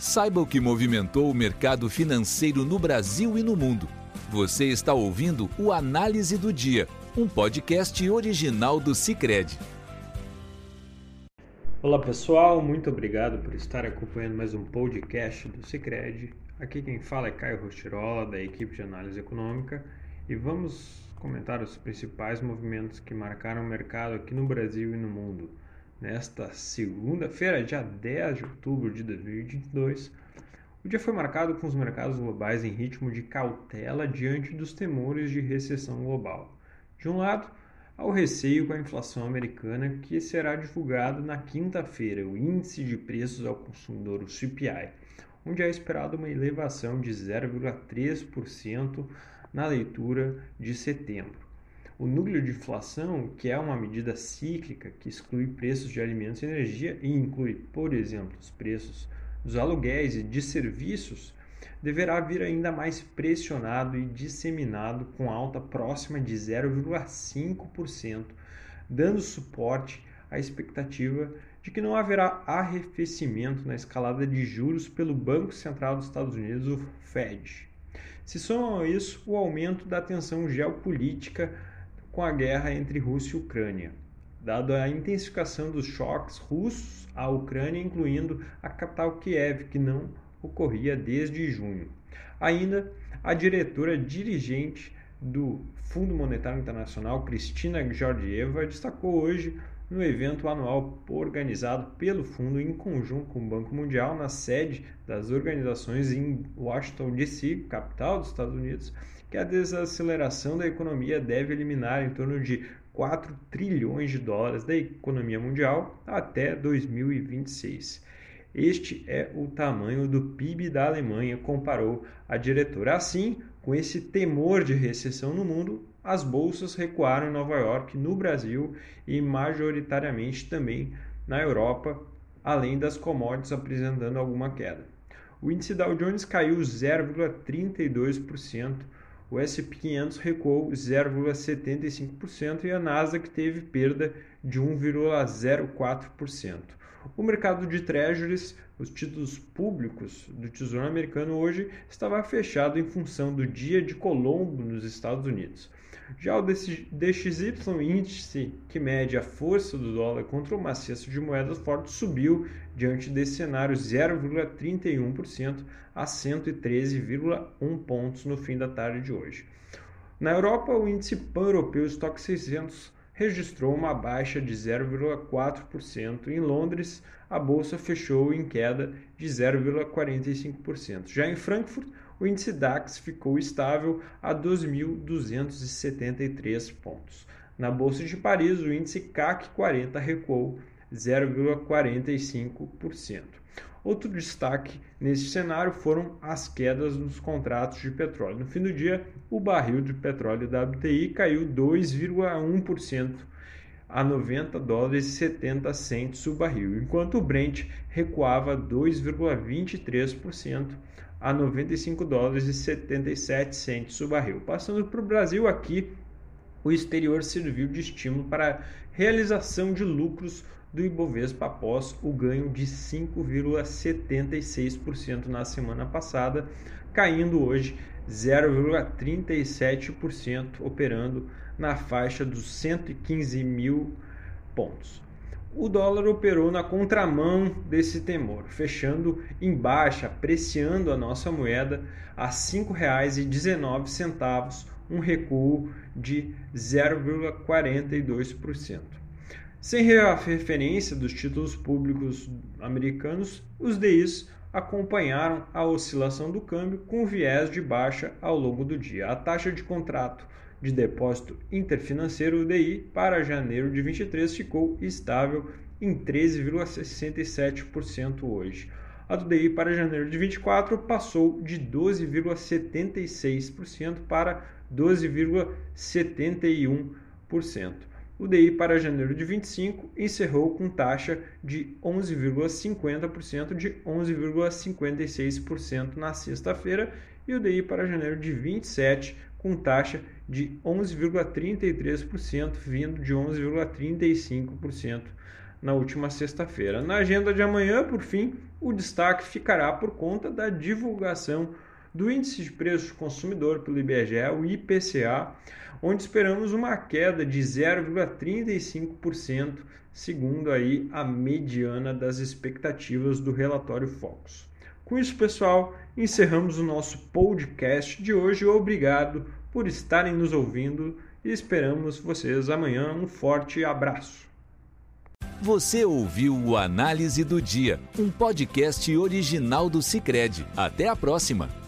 Saiba o que movimentou o mercado financeiro no Brasil e no mundo. Você está ouvindo o Análise do Dia, um podcast original do Sicredi. Olá pessoal, muito obrigado por estar acompanhando mais um podcast do Sicredi. Aqui quem fala é Caio Rostirola, da equipe de análise econômica, e vamos comentar os principais movimentos que marcaram o mercado aqui no Brasil e no mundo. Nesta segunda-feira, dia 10 de outubro de 2022, o dia foi marcado com os mercados globais em ritmo de cautela diante dos temores de recessão global. De um lado, há o receio com a inflação americana, que será divulgado na quinta-feira, o Índice de Preços ao Consumidor, o CPI, onde é esperado uma elevação de 0,3% na leitura de setembro. O núcleo de inflação, que é uma medida cíclica que exclui preços de alimentos e energia e inclui, por exemplo, os preços dos aluguéis e de serviços, deverá vir ainda mais pressionado e disseminado com alta próxima de 0,5%, dando suporte à expectativa de que não haverá arrefecimento na escalada de juros pelo Banco Central dos Estados Unidos, o Fed. Se soma a isso o aumento da tensão geopolítica com a guerra entre Rússia e Ucrânia, dado a intensificação dos choques russos à Ucrânia, incluindo a capital Kiev, que não ocorria desde junho. Ainda, a diretora dirigente do Fundo Monetário Internacional, Cristina Georgieva, destacou hoje no evento anual organizado pelo fundo em conjunto com o Banco Mundial, na sede das organizações em Washington, D.C., capital dos Estados Unidos, que a desaceleração da economia deve eliminar em torno de 4 trilhões de dólares da economia mundial até 2026. Este é o tamanho do PIB da Alemanha, comparou a diretora. Assim, com esse temor de recessão no mundo, as bolsas recuaram em Nova York, no Brasil e majoritariamente também na Europa, além das commodities apresentando alguma queda. O índice Dow Jones caiu 0,32%, o S&P 500 recuou 0,75% e a Nasdaq teve perda de 1,04%. O mercado de treasuries, os títulos públicos do Tesouro Americano, hoje estava fechado em função do dia de Colombo nos Estados Unidos. Já o DXY, índice que mede a força do dólar contra uma cesta de moedas fortes, subiu diante desse cenário 0,31% a 113,1 pontos no fim da tarde de hoje. Na Europa, o índice pan-europeu Stock 600 registrou uma baixa de 0,4%. Em Londres, a bolsa fechou em queda de 0,45%. Já em Frankfurt, o índice DAX ficou estável a 2.273 pontos. Na bolsa de Paris, o índice CAC 40 recuou 0,45%. Outro destaque nesse cenário foram as quedas nos contratos de petróleo. No fim do dia, o barril de petróleo WTI caiu 2,1% a 90 dólares e 70 centes o barril, enquanto o Brent recuava 2,23% a 95 dólares e 77 centes o barril. Passando para o Brasil, aqui o exterior serviu de estímulo para a realização de lucros do Ibovespa após o ganho de 5,76% na semana passada, caindo hoje 0,37%, operando na faixa dos 115 mil pontos. O dólar operou na contramão desse temor, fechando em baixa, apreciando a nossa moeda a R$ 5,19, um recuo de 0,42%. Sem a referência dos títulos públicos americanos, os DIs acompanharam a oscilação do câmbio com viés de baixa ao longo do dia. A taxa de contrato de depósito interfinanceiro, o DI, para janeiro de 23 ficou estável em 13,67% hoje. A do DI para janeiro de 24 passou de 12,76% para 12,71%. O DI para janeiro de 25 encerrou com taxa de 11,50% de 11,56% na sexta-feira e o DI para janeiro de 27 com taxa de 11,33%, vindo de 11,35% na última sexta-feira. Na agenda de amanhã, por fim, o destaque ficará por conta da divulgação do Índice de Preços do Consumidor pelo IBGE, o IPCA, onde esperamos uma queda de 0,35%, segundo aí a mediana das expectativas do relatório Focus. Com isso, pessoal, encerramos o nosso podcast de hoje. Obrigado por estarem nos ouvindo e esperamos vocês amanhã. Um forte abraço. Você ouviu o Análise do Dia, um podcast original do Sicredi. Até a próxima!